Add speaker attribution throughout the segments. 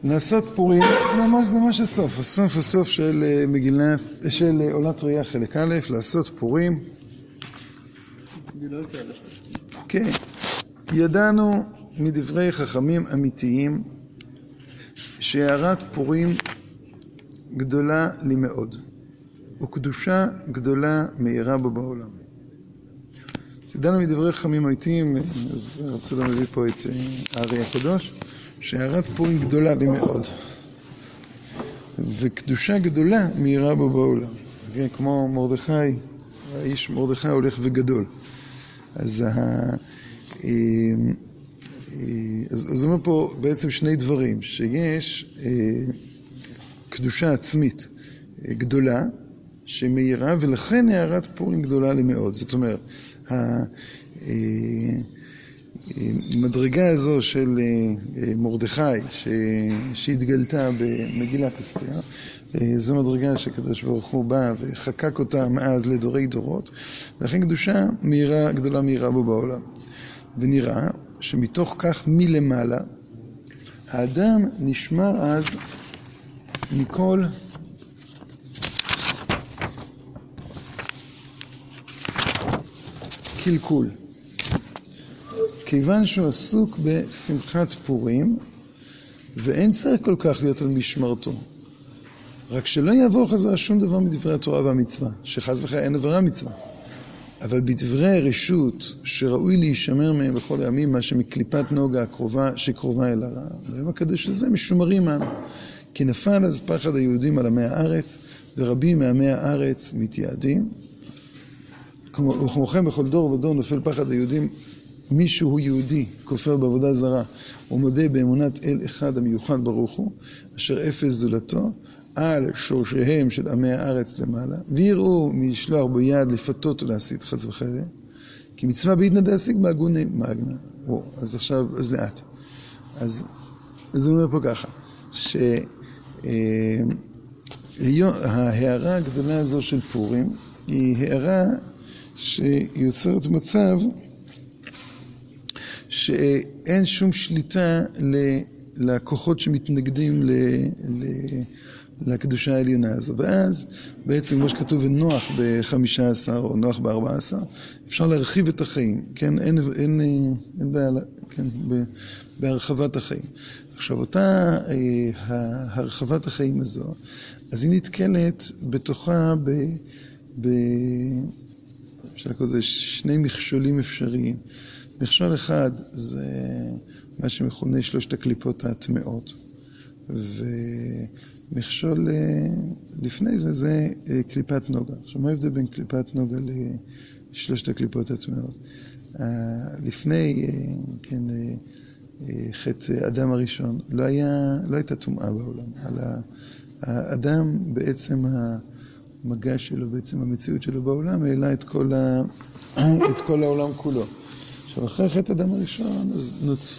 Speaker 1: לעשות פורים, ממש הסוף של מגילה, של עולת ראייה חלק א', לעשות פורים. כן, ידענו מדברי חכמים אמיתיים שהארת פורים גדולה לי מאוד, וקדושה גדולה מהירה בו בעולם. ידענו מדברי חכמים אמיתיים, אז רצו גם להביא פה את הארי הקדוש, שהארת פורים גדולה לי מאוד, וקדושה גדולה מהירה בו בעולם. כן, כמו מרדכי, האיש מרדכי הולך וגדול. אז אומר פה בעצם שני דברים, שיש קדושה עצמית גדולה שמהירה, ולכן הארת פורים גדולה לי מאוד. זאת אומרת, המדרגה הזו של מרדכי שהתגלתה במגילת אסתר, זו מדרגה שקדוש ברוך הוא בא וחקק אותה מאז לדורי דורות, ולכן קדושה מהירה, גדולה מהירה בו בעולם. ונראה שמתוך כך מלמעלה האדם נשמר אז מכל קלקול, כיוון שהוא עסוק בשמחת פורים, ואין צריך כל כך להיות על משמרתו. רק שלא יעבור חזרה שום דבר מדברי התורה והמצווה, שחס וחלילה אין עבירה מצווה. אבל בדברי רשות שראוי להישמר מהם בכל הימים, מה שמקליפת נוגה הקרובה שקרובה אל הרע, ביום הקדוש הזה משומרים אנו. כי נפל אז פחד היהודים על עמי הארץ, ורבים מעמי הארץ מתייעדים. וכמוכם בכל דור ודור נופל פחד היהודים, מישהו הוא יהודי, כופר בעבודה זרה, ומודה באמונת אל אחד המיוחד ברוך הוא, אשר אפס זולתו, על שורשיהם של עמי הארץ למעלה, ויראו משלוח בו יד לפתות ולהסית חס וחלילה, כי מצווה בעידנא דעסיק בהגוני מאגנא. אז עכשיו, אז לאט. אז זה אומר פה ככה, שההערה הגדולה הזו של פורים, היא הערה שיוצרת מצב שאין שום שליטה לכוחות שמתנגדים לקדושה העליונה הזו. ואז בעצם כמו שכתוב נוח ב-15 או נוח ב-14, אפשר להרחיב את החיים, כן? אין בעיה, כן? בהרחבת החיים. עכשיו אותה הרחבת החיים הזו, אז היא נתקלת בתוכה אפשר לקרוא לזה שני מכשולים אפשריים. מכשול אחד זה מה שמכונה שלושת הקליפות הטמאות, ומכשול לפני זה זה קליפת נוגה. עכשיו מה ההבדל בין קליפת נוגה לשלושת הקליפות הטמאות? לפני, כן, חטא אדם הראשון לא הייתה טומאה בעולם. האדם בעצם המגע שלו, בעצם המציאות שלו בעולם, העלה את כל העולם כולו. עכשיו, אחרי חטא אדם הראשון, אז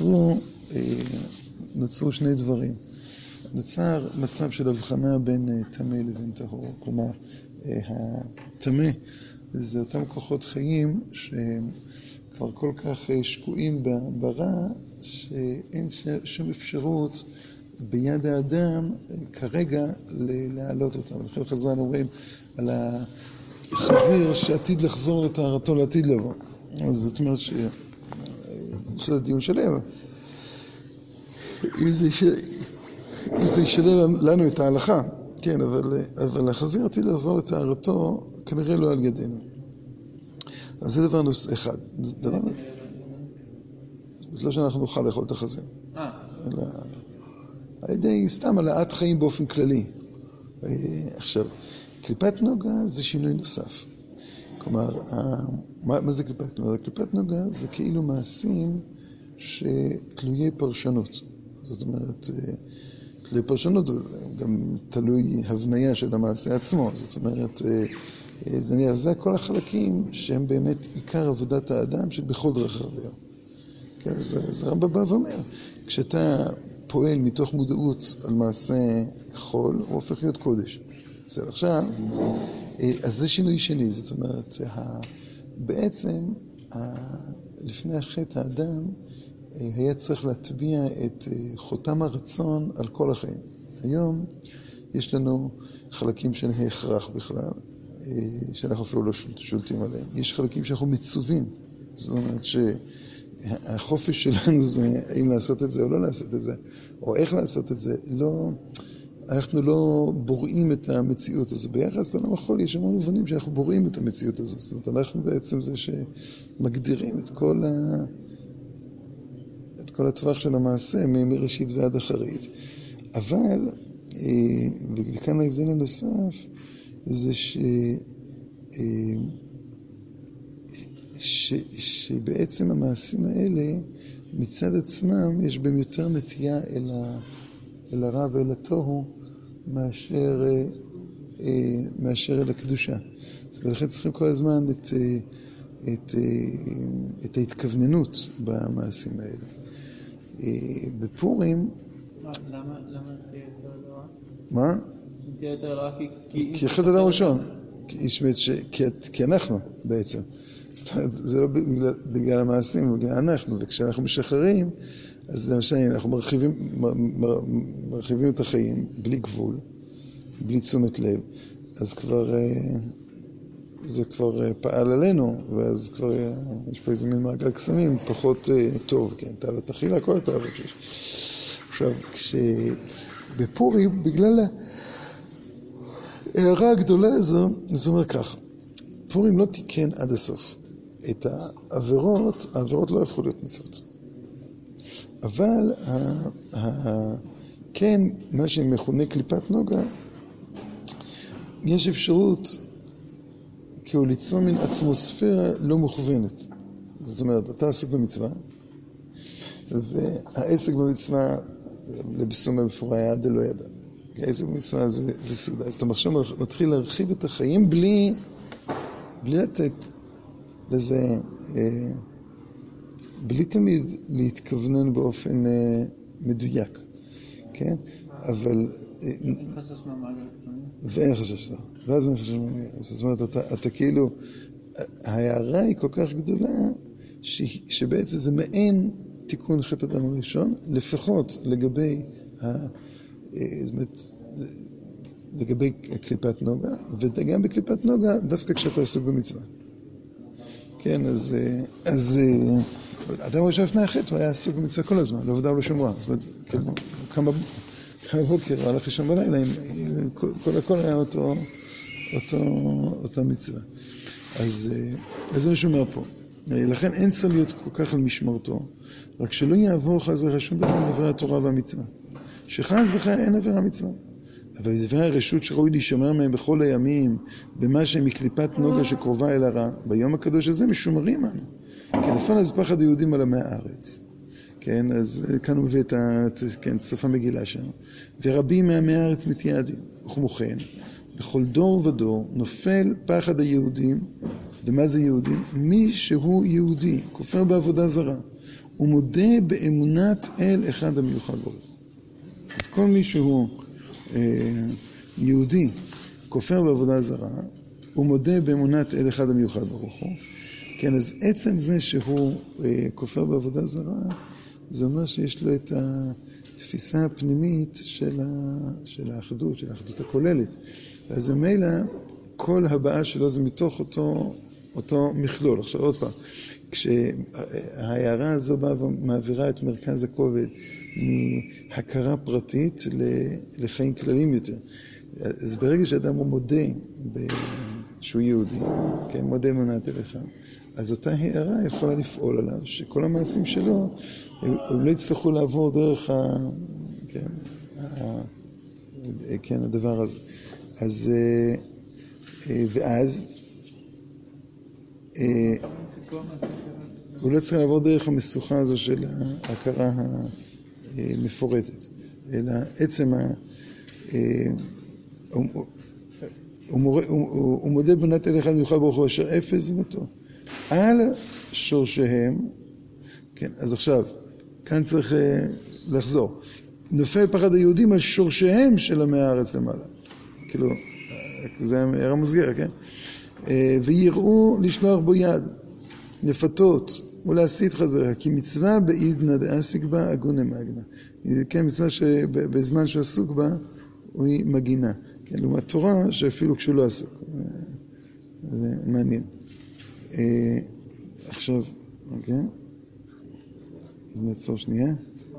Speaker 1: נוצרו שני דברים. נוצר מצב של הבחנה בין טמא לבין טהור. כלומר, הטמא זה אותם כוחות חיים שהם כבר כל כך שקועים ברע, שאין שום אפשרות ביד האדם כרגע להעלות אותם. לכן חז"ל אומרים על החזיר שעתיד לחזור לטהרתו לעתיד לבוא. אז זאת אומרת שזה דיון שלם. אם זה ישנה לנו את ההלכה, כן, אבל החזיר עתיד לחזור לטהרתו כנראה לא על ידינו. אז זה דבר נושא אחד. זה דבר... זה לא שאנחנו נוכל לאכול את החזיר. אלא על ידי סתם העלאת חיים באופן כללי. עכשיו, קליפת נוגה זה שינוי נוסף. כלומר, מה זה קליפת נוגה? קליפת נוגה זה כאילו מעשים שתלויי פרשנות. זאת אומרת, תלויי פרשנות גם תלוי הבניה של המעשה עצמו. זאת אומרת, זה כל החלקים שהם באמת עיקר עבודת האדם שבכל דרך הרדיו. כן, זה רמב"ם בא ואומר, כשאתה פועל מתוך מודעות על מעשה חול, הוא הופך להיות קודש. בסדר, עכשיו, אז זה שינוי שני, זאת אומרת, בעצם, לפני החטא האדם היה צריך להטביע את חותם הרצון על כל החיים. היום יש לנו חלקים של ההכרח בכלל, שאנחנו אפילו לא שולטים עליהם. יש חלקים שאנחנו מצווים. זאת אומרת שהחופש שלנו זה האם לעשות את זה או לא לעשות את זה, או איך לעשות את זה. אנחנו לא בוראים את המציאות הזו. ביחס לעולם החול יש המון מובנים שאנחנו בוראים את המציאות הזו. זאת אומרת, אנחנו בעצם זה שמגדירים את כל הטווח של המעשה מראשית ועד אחרית. אבל, וכאן ההבדל הנוסף, זה שבעצם המעשים האלה, מצד עצמם, יש בהם יותר נטייה אל הרע ואל התוהו, מאשר אל הקדושה. ולכן צריכים כל הזמן את ההתכווננות במעשים האלה. בפורים...
Speaker 2: למה זה יותר לא רע?
Speaker 1: מה?
Speaker 2: זה יותר לא רע
Speaker 1: כי חטא אדם ראשון. כי אנחנו בעצם. זאת אומרת, זה לא בגלל המעשים, בגלל אנחנו. וכשאנחנו משחררים, אז למשל אנחנו מרחיבים את החיים בלי גבול, בלי תשומת לב. אז זה כבר פעל עלינו, ואז כבר יש פה איזה מין מעגל קסמים פחות טוב, כן, תאוות אכילה, כל התאוות שיש. עכשיו, כשבפורים, בגלל ההערה הגדולה הזו, זה אומר כך, פורים לא תיקן עד הסוף. את העבירות לא הפכו להיות מצוות. אבל כן, מה שמכונה קליפת נוגה, יש אפשרות כאילו ליצור מן אטמוספירה לא מוכוונת. זאת אומרת, אתה עסוק במצווה, והעסק במצווה, לבסום במפורע היה דלא ידע. העסק במצווה זה סעודה. אז אתה מתחיל להרחיב את החיים בלי לתת לזה, בלי תמיד להתכוונן באופן מדויק, כן? אבל...
Speaker 2: אין חשש מהמעגל קסמים?
Speaker 1: ואין חשש, ואז אין חשש מהמעגל. זאת אומרת, אתה כאילו, ההערה היא כל כך גדולה, שבעצם זה מעין תיקון חטא אדם הראשון, לפחות לגבי לגבי קליפת נוגה, וגם בקליפת נוגה, דווקא כשאתה עסוק במצווה. כן, אז אדם ראשון לפני החטא, הוא היה עסוק במצווה כל הזמן, לא עבודה ולא שום רע. זאת אומרת, כמה בוקר, הלך לישון בלילה, הכל היה אותה מצווה. אז זה מה שאומר פה. לכן אין צריך להיות כל כך על משמרתו, רק שלא יעבור חס וחלילה שום דבר מדברי התורה והמצווה. שחס וחלילה אין עבירה מצווה. אבל דברי הרשות שראוי להישמר מהם בכל הימים, במה שהם מקליפת נוגה שקרובה אל הרע, ביום הקדוש הזה משומרים אנו. כי נפל אז פחד היהודים על עמי הארץ. כן, אז כאן הוא מביא את סוף המגילה שם. ורבים מעמי הארץ מתייעדים. וכמו כן, בכל דור ודור נופל פחד היהודים. ומה זה יהודים? מי שהוא יהודי, כופר בעבודה זרה, ומודה באמונת אל אחד המיוחד ברוך. אז כל מי שהוא יהודי, כופר בעבודה זרה, הוא מודה באמונת אל אחד המיוחד ברוך הוא. כן, אז עצם זה שהוא כופר בעבודה זרה, זה אומר שיש לו את התפיסה הפנימית של האחדות, של האחדות הכוללת. אז במילא, כל הבאה שלו זה מתוך אותו מכלול. עכשיו עוד פעם, כשההערה הזו באה ומעבירה את מרכז הכובד מהכרה פרטית לחיים כלליים יותר. אז ברגע שאדם הוא מודה שהוא יהודי, כן, מודה אמונת אל אחד, אז אותה הערה יכולה לפעול עליו, שכל המעשים שלו, הם לא יצטרכו לעבור דרך הדבר הזה. אז, ואז, הוא לא צריך לעבור דרך המשוכה הזו של ההכרה המפורטת, אלא עצם הוא מודה באמונת אל אחד מיוחד ברוך הוא אשר אפס זמותו על שורשיהם. כן, אז עכשיו כאן צריך לחזור. נופל פחד היהודים על שורשיהם של עמי הארץ למעלה, כאילו זה הערה מוסגרת, כן? ויראו לשלוח בו יד, נפתות, ולהסיט חזרה, כי מצווה בעידנא דעסיק בה הגונה מגנה. כן, מצווה שבזמן שהוא עסוק בה, הוא מגינה. כן, לעומת תורה, שאפילו כשהוא לא עסוק. זה מעניין. עכשיו, אוקיי. אז נעצור שנייה.